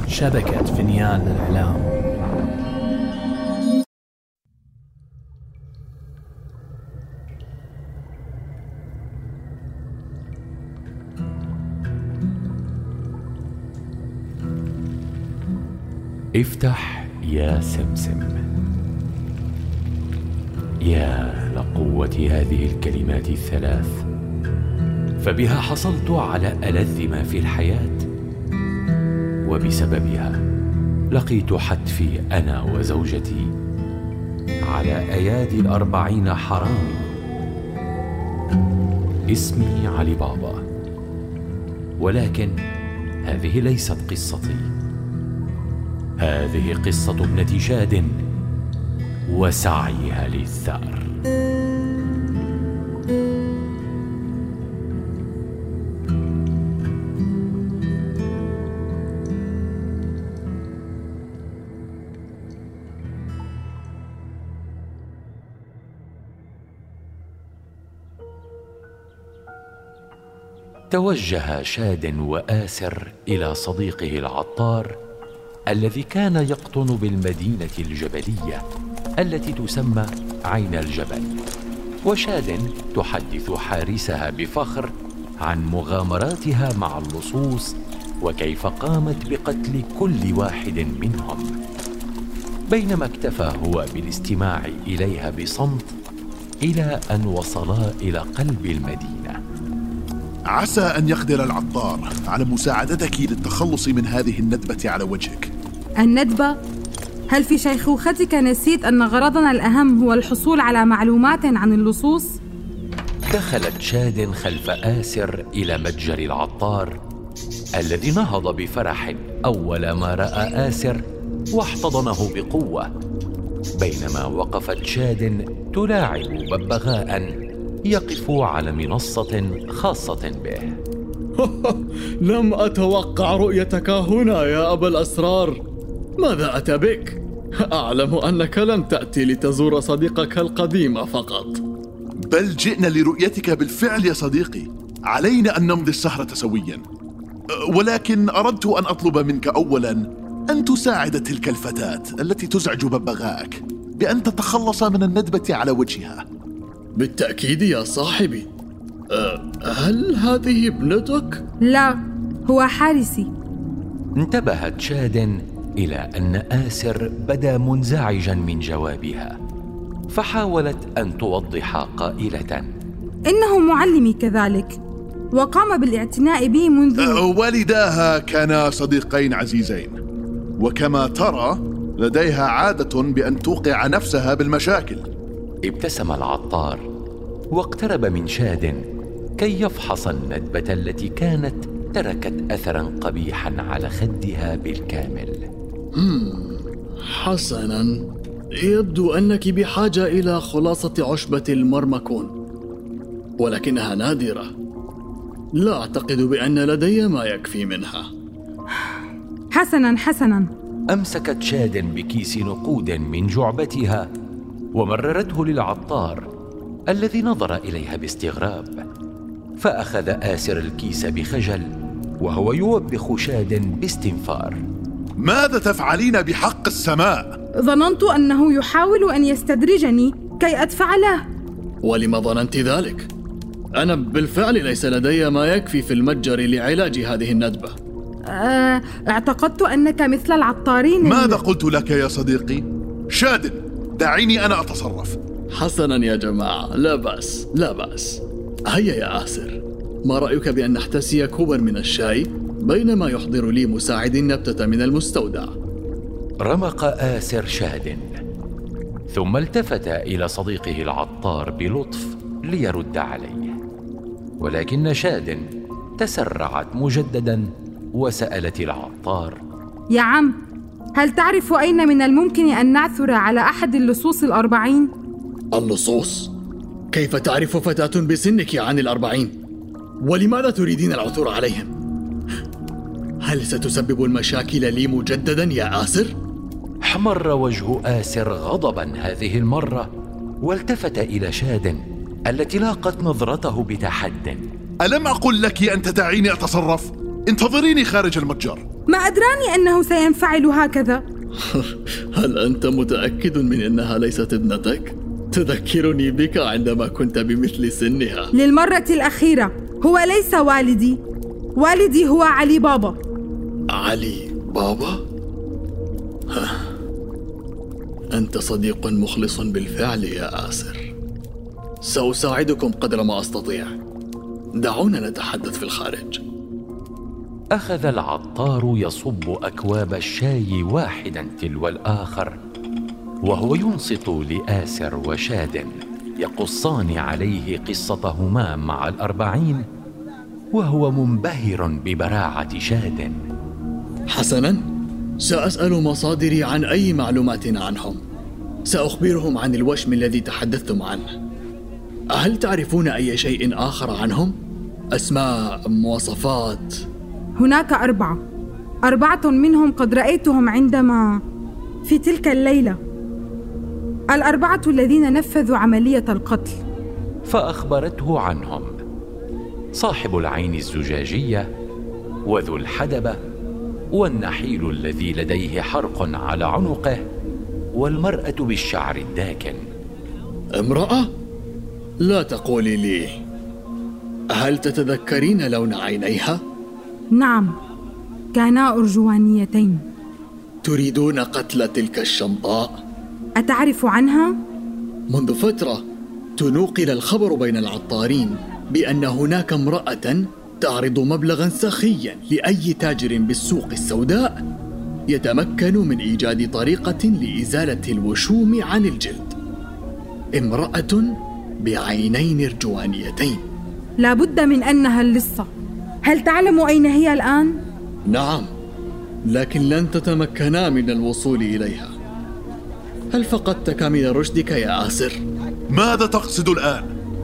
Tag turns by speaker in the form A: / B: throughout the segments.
A: شبكة فنيان الإعلام.
B: افتح يا سمسم. يا لقوة هذه الكلمات الثلاث، فبها حصلت على ألذ ما في الحياة، وبسببها لقيت حتفي أنا وزوجتي على أيادي 40 حرامي. اسمي علي بابا، ولكن هذه ليست قصتي، هذه قصة ابنة شاد وسعيها للثأر. توجه شاد وآسر إلى صديقه العطار الذي كان يقطن بالمدينة الجبلية التي تسمى عين الجبل. وشاد تحدث حارسها بفخر عن مغامراتها مع اللصوص وكيف قامت بقتل كل واحد منهم، بينما اكتفى هو بالاستماع إليها بصمت إلى أن وصلا إلى قلب المدينة.
C: عسى أن يقدر العطار على مساعدتك للتخلص من هذه الندبة على وجهك.
D: الندبة؟ هل في شيخوختك نسيت أن غرضنا الأهم هو الحصول على معلومات عن اللصوص؟
B: دخلت شاد خلف آسر إلى متجر العطار الذي نهض بفرح أول ما رأى آسر واحتضنه بقوة، بينما وقفت شاد تلاعب ببغاء يقف على منصة خاصة به.
E: لم أتوقع رؤيتك هنا يا أبا الأسرار. ماذا أتى بك؟ أعلم أنك لم تأتي لتزور صديقك القديم فقط،
C: بل جئنا لرؤيتك بالفعل يا صديقي. علينا أن نمضي السهرة سويا، ولكن أردت أن أطلب منك أولا أن تساعد تلك الفتاة التي تزعج ببغاءك بأن تتخلص من الندبة على وجهها.
E: بالتأكيد يا صاحبي. هل هذه ابنتك؟
D: لا، هو حارسي.
B: انتبهت شاد إلى أن آسر بدا منزعجا من جوابها، فحاولت أن توضح قائلة:
D: إنه معلمي كذلك، وقام بالاعتناء بي منذ
C: والداها كانا صديقين عزيزين، وكما ترى لديها عادة بأن توقع نفسها بالمشاكل.
B: ابتسم العطار واقترب من شاد كي يفحص الندبة التي كانت تركت أثرا قبيحا على خدها بالكامل.
E: حسنا، يبدو أنك بحاجة إلى خلاصة عشبة المرمكون، ولكنها نادرة. لا أعتقد بأن لدي ما يكفي منها.
D: حسنا.
B: أمسكت شاد بكيس نقود من جعبتها ومررته للعطار الذي نظر إليها باستغراب، فأخذ آسر الكيس بخجل وهو يوبخ شاد باستنفار.
C: ماذا تفعلين بحق السماء؟
D: ظننت أنه يحاول أن يستدرجني كي أدفع له.
E: ولما ظننت ذلك؟ أنا بالفعل ليس لدي ما يكفي في المتجر لعلاج هذه الندبة.
D: اعتقدت أنك مثل العطارين.
C: ماذا قلت لك يا صديقي؟ شاد، دعيني أنا أتصرف.
E: حسنا يا جماعة، لا بأس. هيا يا آسر، ما رأيك بأن نحتسي كوبا من الشاي بينما يحضر لي مساعد النبتة من المستودع؟
B: رمق آسر شاد، ثم التفت إلى صديقه العطار بلطف ليرد عليه، ولكن شاد تسرعت مجددا وسألت العطار:
D: يا عم، هل تعرف أين من الممكن أن نعثر على أحد اللصوص 40؟
E: اللصوص؟ كيف تعرف فتاة بسنك عن 40؟ ولماذا تريدين العثور عليهم؟ هل ستسبب المشاكل لي مجددا يا آسر؟
B: احمر وجه آسر غضبا هذه المرة، والتفت إلى شاد التي لاقت نظرته بتحد.
C: ألم أقل لك أن تدعيني أتصرف؟ انتظريني خارج المتجر.
D: ما أدراني أنه سينفعل هكذا.
E: هل أنت متأكد من أنها ليست ابنتك؟ تذكرني بك عندما كنت بمثل سنها.
D: للمرة الأخيرة، هو ليس والدي. والدي هو علي بابا.
E: علي بابا؟ أنت صديق مخلص بالفعل يا آسر. سأساعدكم قدر ما أستطيع. دعونا نتحدث في الخارج.
B: أخذ العطار يصب أكواب الشاي واحدا تلو الآخر، وهو ينصت لآسر وشاد يقصان عليه قصتهما مع 40، وهو منبهر ببراعة شاد.
E: حسناً، سأسأل مصادري عن أي معلومات عنهم. سأخبرهم عن الوشم الذي تحدثتم عنه. هل تعرفون أي شيء آخر عنهم؟ أسماء، مواصفات؟
D: هناك 4 منهم قد رأيتهم عندما في تلك الليلة، 4 الذين نفذوا عملية القتل.
B: فأخبرته عنهم: صاحب العين الزجاجية، وذو الحدبة، والنحيل الذي لديه حرق على عنقه، والمرأة بالشعر الداكن.
E: امرأة؟ لا تقولي لي. هل تتذكرين لون عينيها؟
D: نعم، كانا أرجوانيتين.
E: تريدون قتل تلك الشمطاء؟
D: أتعرف عنها؟
E: منذ فترة تنوقل الخبر بين العطارين بأن هناك امرأة تعرض مبلغا سخيا لأي تاجر بالسوق السوداء يتمكن من إيجاد طريقة لإزالة الوشوم عن الجلد. امرأة بعينين ارجوانيتين.
D: لا بد من أنها اللصة. هل تعلم أين هي الآن؟
E: نعم، لكن لن تتمكنا من الوصول إليها. هل فقدت كامل رشدك يا آسر؟
C: ماذا تقصد الآن؟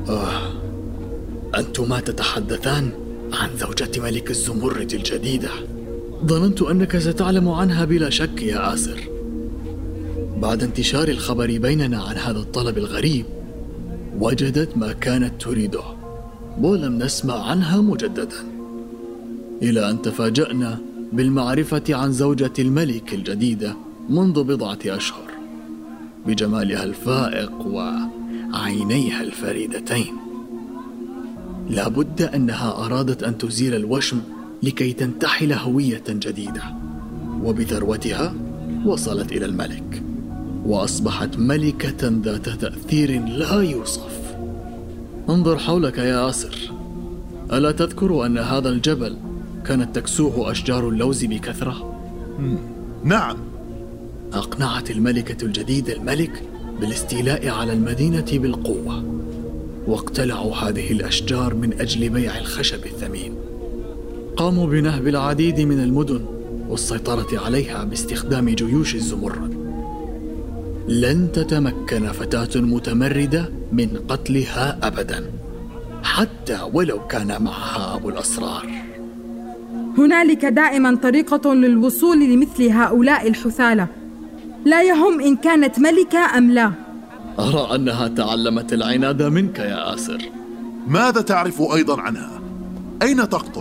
E: أنتما تتحدثان عن زوجة ملك الزمرد الجديدة. ظننت أنك ستعلم عنها بلا شك يا آسر. بعد انتشار الخبر بيننا عن هذا الطلب الغريب، وجدت ما كانت تريده، ولم نسمع عنها مجددا، إلى أن تفاجأنا بالمعرفة عن زوجة الملك الجديدة منذ بضعة أشهر، بجمالها الفائق وعينيها الفريدتين. لا بد أنها أرادت أن تزيل الوشم لكي تنتحل هوية جديدة، وبثروتها وصلت إلى الملك، وأصبحت ملكة ذات تأثير لا يوصف. انظر حولك يا آسر، ألا تذكر أن هذا الجبل كانت تكسوه أشجار اللوز بكثرة؟
C: نعم.
E: أقنعت الملكة الجديدة الملك بالاستيلاء على المدينة بالقوة، واقتلعوا هذه الأشجار من أجل بيع الخشب الثمين. قاموا بنهب العديد من المدن والسيطرة عليها باستخدام جيوش الزمرد. لن تتمكن فتاة متمردة من قتلها أبدا، حتى ولو كان معها أبو الأسرار.
D: هنالك دائما طريقة للوصول لمثل هؤلاء الحثالة، لا يهم إن كانت ملكة أم لا.
E: أرى أنها تعلمت العناد منك يا آسر.
C: ماذا تعرف أيضا عنها؟ أين تقطن؟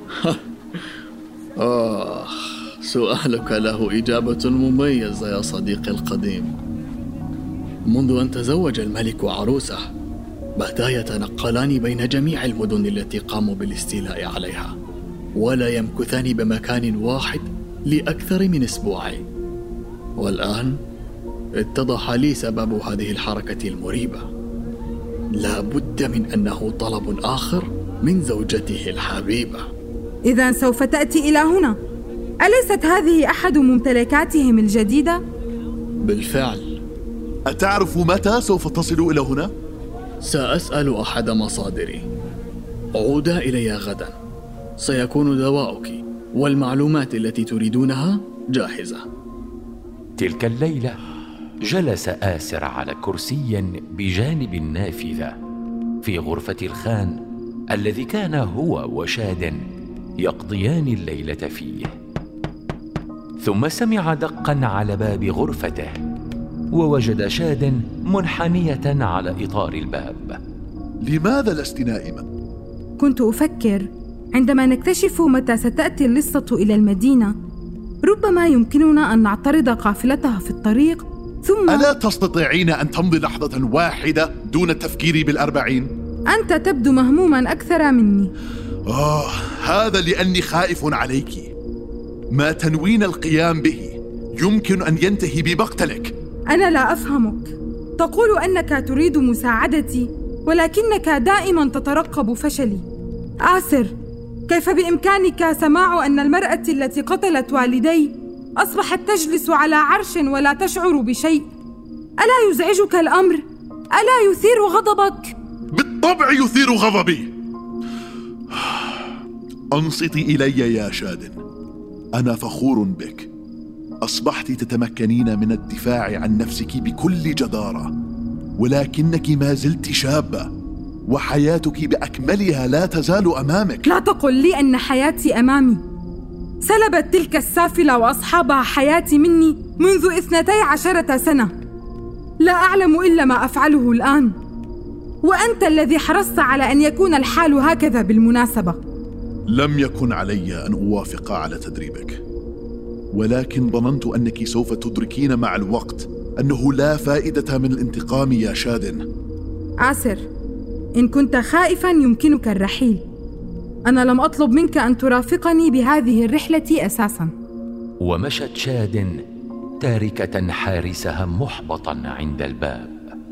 E: سؤالك له إجابة مميزة يا صديقي القديم. منذ أن تزوج الملك عروسه، بدا يتنقلان بين جميع المدن التي قاموا بالاستيلاء عليها، ولا يمكثان بمكان واحد لأكثر من أسبوعين. والآن اتضح لي سبب هذه الحركة المريبة. لا بد من أنه طلب آخر من زوجته الحبيبة.
D: إذن سوف تأتي إلى هنا. أليست هذه أحد ممتلكاتهم الجديدة؟
E: بالفعل.
C: أتعرف متى سوف تصل إلى هنا؟
E: سأسأل أحد مصادري. عودا إلي غدا، سيكون دواؤك والمعلومات التي تريدونها جاهزة.
B: تلك الليلة جلس آسر على كرسي بجانب النافذة في غرفة الخان الذي كان هو وشاد يقضيان الليلة فيه. ثم سمع دقا على باب غرفته، ووجد شاد منحنية على إطار الباب.
C: لماذا لست نائما؟
D: كنت أفكر عندما نكتشف متى ستأتي اللصة إلى المدينة ربما يمكننا أن نعترض قافلتها في الطريق ثم...
C: ألا تستطيعين أن تمضي لحظة واحدة دون التفكير ب40؟
D: أنت تبدو مهموما أكثر مني.
C: هذا لأني خائف عليك. ما تنوين القيام به يمكن أن ينتهي بمقتلك.
D: أنا لا أفهمك. تقول أنك تريد مساعدتي ولكنك دائما تترقب فشلي. آسر، كيف بإمكانك سماع أن المرأة التي قتلت والدي أصبحت تجلس على عرش ولا تشعر بشيء؟ ألا يزعجك الأمر؟ ألا يثير غضبك؟
C: بالطبع يثير غضبي. أنصتي إلي يا شادن، أنا فخور بك. أصبحت تتمكنين من الدفاع عن نفسك بكل جدارة، ولكنك ما زلت شابة، وحياتك بأكملها لا تزال أمامك.
D: لا تقل لي أن حياتي أمامي. سلبت تلك السافلة وأصحابها حياتي مني منذ 12 سنة. لا أعلم إلا ما أفعله الآن، وأنت الذي حرصت على أن يكون الحال هكذا بالمناسبة.
C: لم يكن علي أن أوافق على تدريبك، ولكن ظننت أنك سوف تدركين مع الوقت أنه لا فائدة من الانتقام يا شادن.
D: آسر، إن كنت خائفاً يمكنك الرحيل. أنا لم أطلب منك أن ترافقني بهذه الرحلة أساساً.
B: ومشت شادن تاركة حارسها محبطاً عند الباب.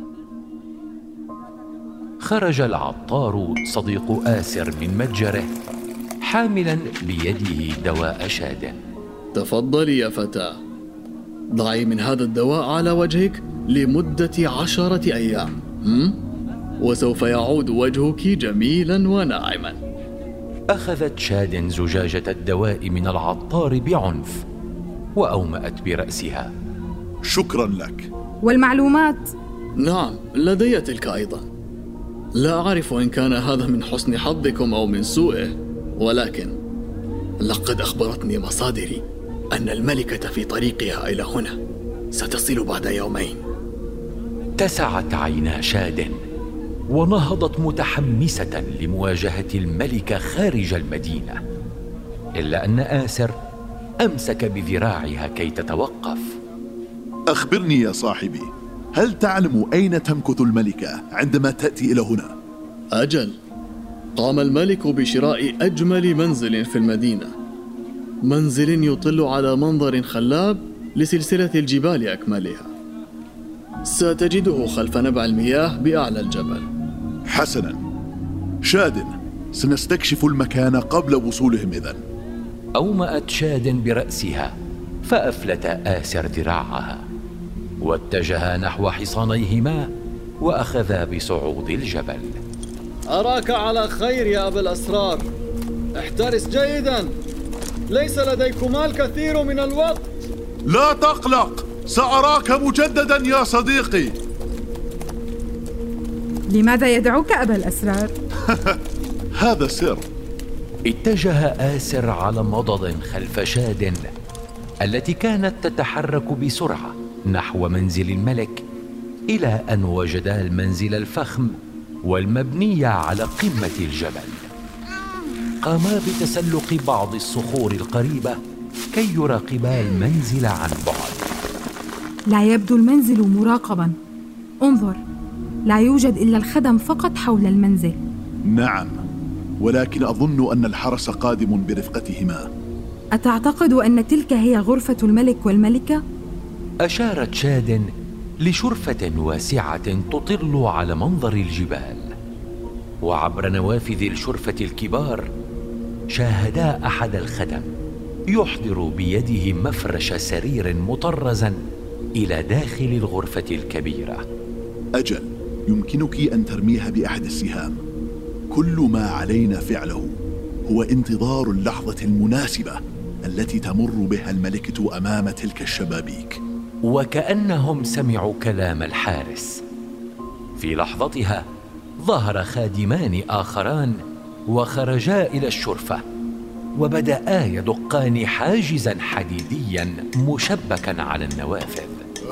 B: خرج العطار صديق آسر من متجره حاملاً بيده دواء شادن.
E: تفضلي يا فتاة، ضعي من هذا الدواء على وجهك لمدة 10 أيام، وسوف يعود وجهك جميلاً وناعماً.
B: أخذت شادن زجاجة الدواء من العطار بعنف وأومأت برأسها.
C: شكراً لك.
D: والمعلومات؟
E: نعم، لدي تلك أيضاً. لا أعرف إن كان هذا من حسن حظكم أو من سوءه، ولكن لقد أخبرتني مصادري أن الملكة في طريقها إلى هنا، ستصل بعد يومين.
B: اتسعت عينا شادن ونهضت متحمسة لمواجهة الملكة خارج المدينة، إلا أن آسر أمسك بذراعها كي تتوقف.
C: أخبرني يا صاحبي، هل تعلم أين تمكث الملكة عندما تأتي إلى هنا؟
E: أجل، قام الملك بشراء أجمل منزل في المدينة، منزل يطل على منظر خلاب لسلسلة الجبال أكملها. ستجده خلف نبع المياه بأعلى الجبل.
C: حسناً، شادن، سنستكشف المكان قبل وصولهم إذن.
B: أومأت شادن برأسها فأفلت آسر ذراعها، واتجها نحو حصانيهما وأخذا بصعود الجبل.
E: أراك على خير يا أبا الأسرار، احترس جيداً، ليس لديكما الكثير من الوقت.
C: لا تقلق، سأراك مجدداً يا صديقي.
D: لماذا يدعوك أبا الأسرار؟
C: هذا سر.
B: اتجه آسر على مضض خلف شادن التي كانت تتحرك بسرعة نحو منزل الملك، إلى أن وجدا المنزل الفخم والمبني على قمة الجبل. قاما بتسلق بعض الصخور القريبة كي يراقبا المنزل عن بعد.
D: لا يبدو المنزل مراقبا. انظر، لا يوجد إلا الخدم فقط حول المنزل.
C: نعم، ولكن أظن أن الحرس قادم برفقتهما.
D: أتعتقد أن تلك هي غرفة الملك والملكة؟
B: أشارت شادن لشرفة واسعة تطل على منظر الجبال، وعبر نوافذ الشرفة الكبار شاهدا أحد الخدم يحضر بيده مفرش سرير مطرزا إلى داخل الغرفة الكبيرة.
C: أجل، يمكنك أن ترميها بأحد السهام. كل ما علينا فعله هو انتظار اللحظة المناسبة التي تمر بها الملكة أمام تلك الشبابيك.
B: وكأنهم سمعوا كلام الحارس. في لحظتها ظهر خادمان آخران وخرجا إلى الشرفة، وبدأا يدقان حاجزا حديديا مشبكا على النوافذ.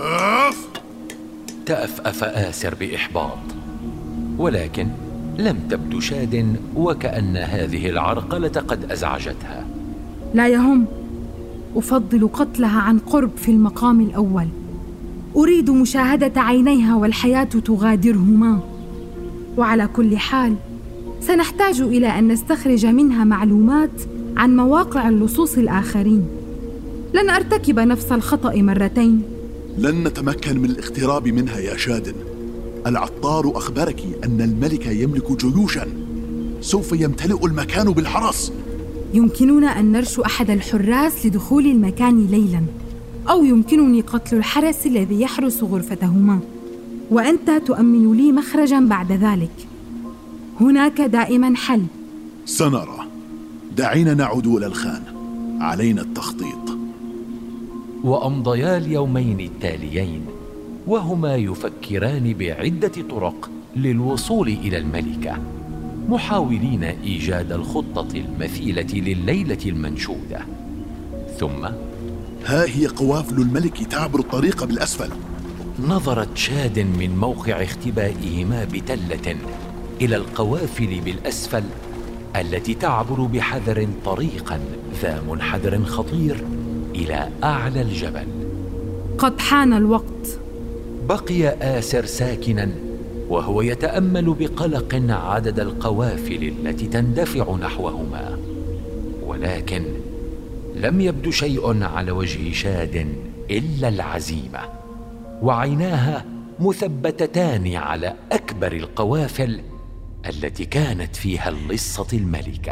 B: تأفأف آسر بإحباط، ولكن لم تبدو شادن وكأن هذه العرقلة قد أزعجتها.
D: لا يهم، أفضل قتلها عن قرب في المقام الأول. أريد مشاهدة عينيها والحياة تغادرهما. وعلى كل حال سنحتاج إلى أن نستخرج منها معلومات عن مواقع اللصوص الآخرين. لن أرتكب نفس الخطأ مرتين.
C: لن نتمكن من الاقتراب منها يا شادن. العطار أخبرك أن الملك يملك جيوشا، سوف يمتلئ المكان بالحرس.
D: يمكننا أن نرشو أحد الحراس لدخول المكان ليلاً، أو يمكنني قتل الحرس الذي يحرس غرفتهما، وأنت تؤمن لي مخرجاً بعد ذلك. هناك دائماً حل.
C: سنرى. دعينا نعود إلى الخان، علينا التخطيط.
B: وأمضيا اليومين التاليين وهما يفكران بعدة طرق للوصول إلى الملكة، محاولين إيجاد الخطة المثيلة لليلة المنشودة. ثم
C: ها هي قوافل الملك تعبر الطريق بالأسفل.
B: نظرت شاد من موقع اختبائهما بتلة إلى القوافل بالأسفل التي تعبر بحذر طريقا ذا منحدر خطير إلى أعلى الجبل.
D: قد حان الوقت.
B: بقي آسر ساكنا وهو يتأمل بقلق عدد القوافل التي تندفع نحوهما، ولكن لم يبدو شيء على وجه شاد إلا العزيمة، وعيناها مثبتتان على أكبر القوافل التي كانت فيها اللصة الملكة.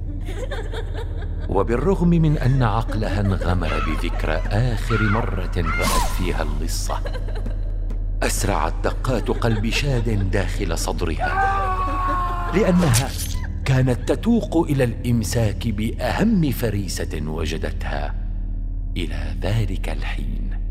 B: وبالرغم من أن عقلها انغمر بذكرى آخر مرة رأت فيها اللصة، أسرعت دقات قلب شاد داخل صدرها، لأنها كانت تتوق إلى الإمساك بأهم فريسة وجدتها إلى ذلك الحين.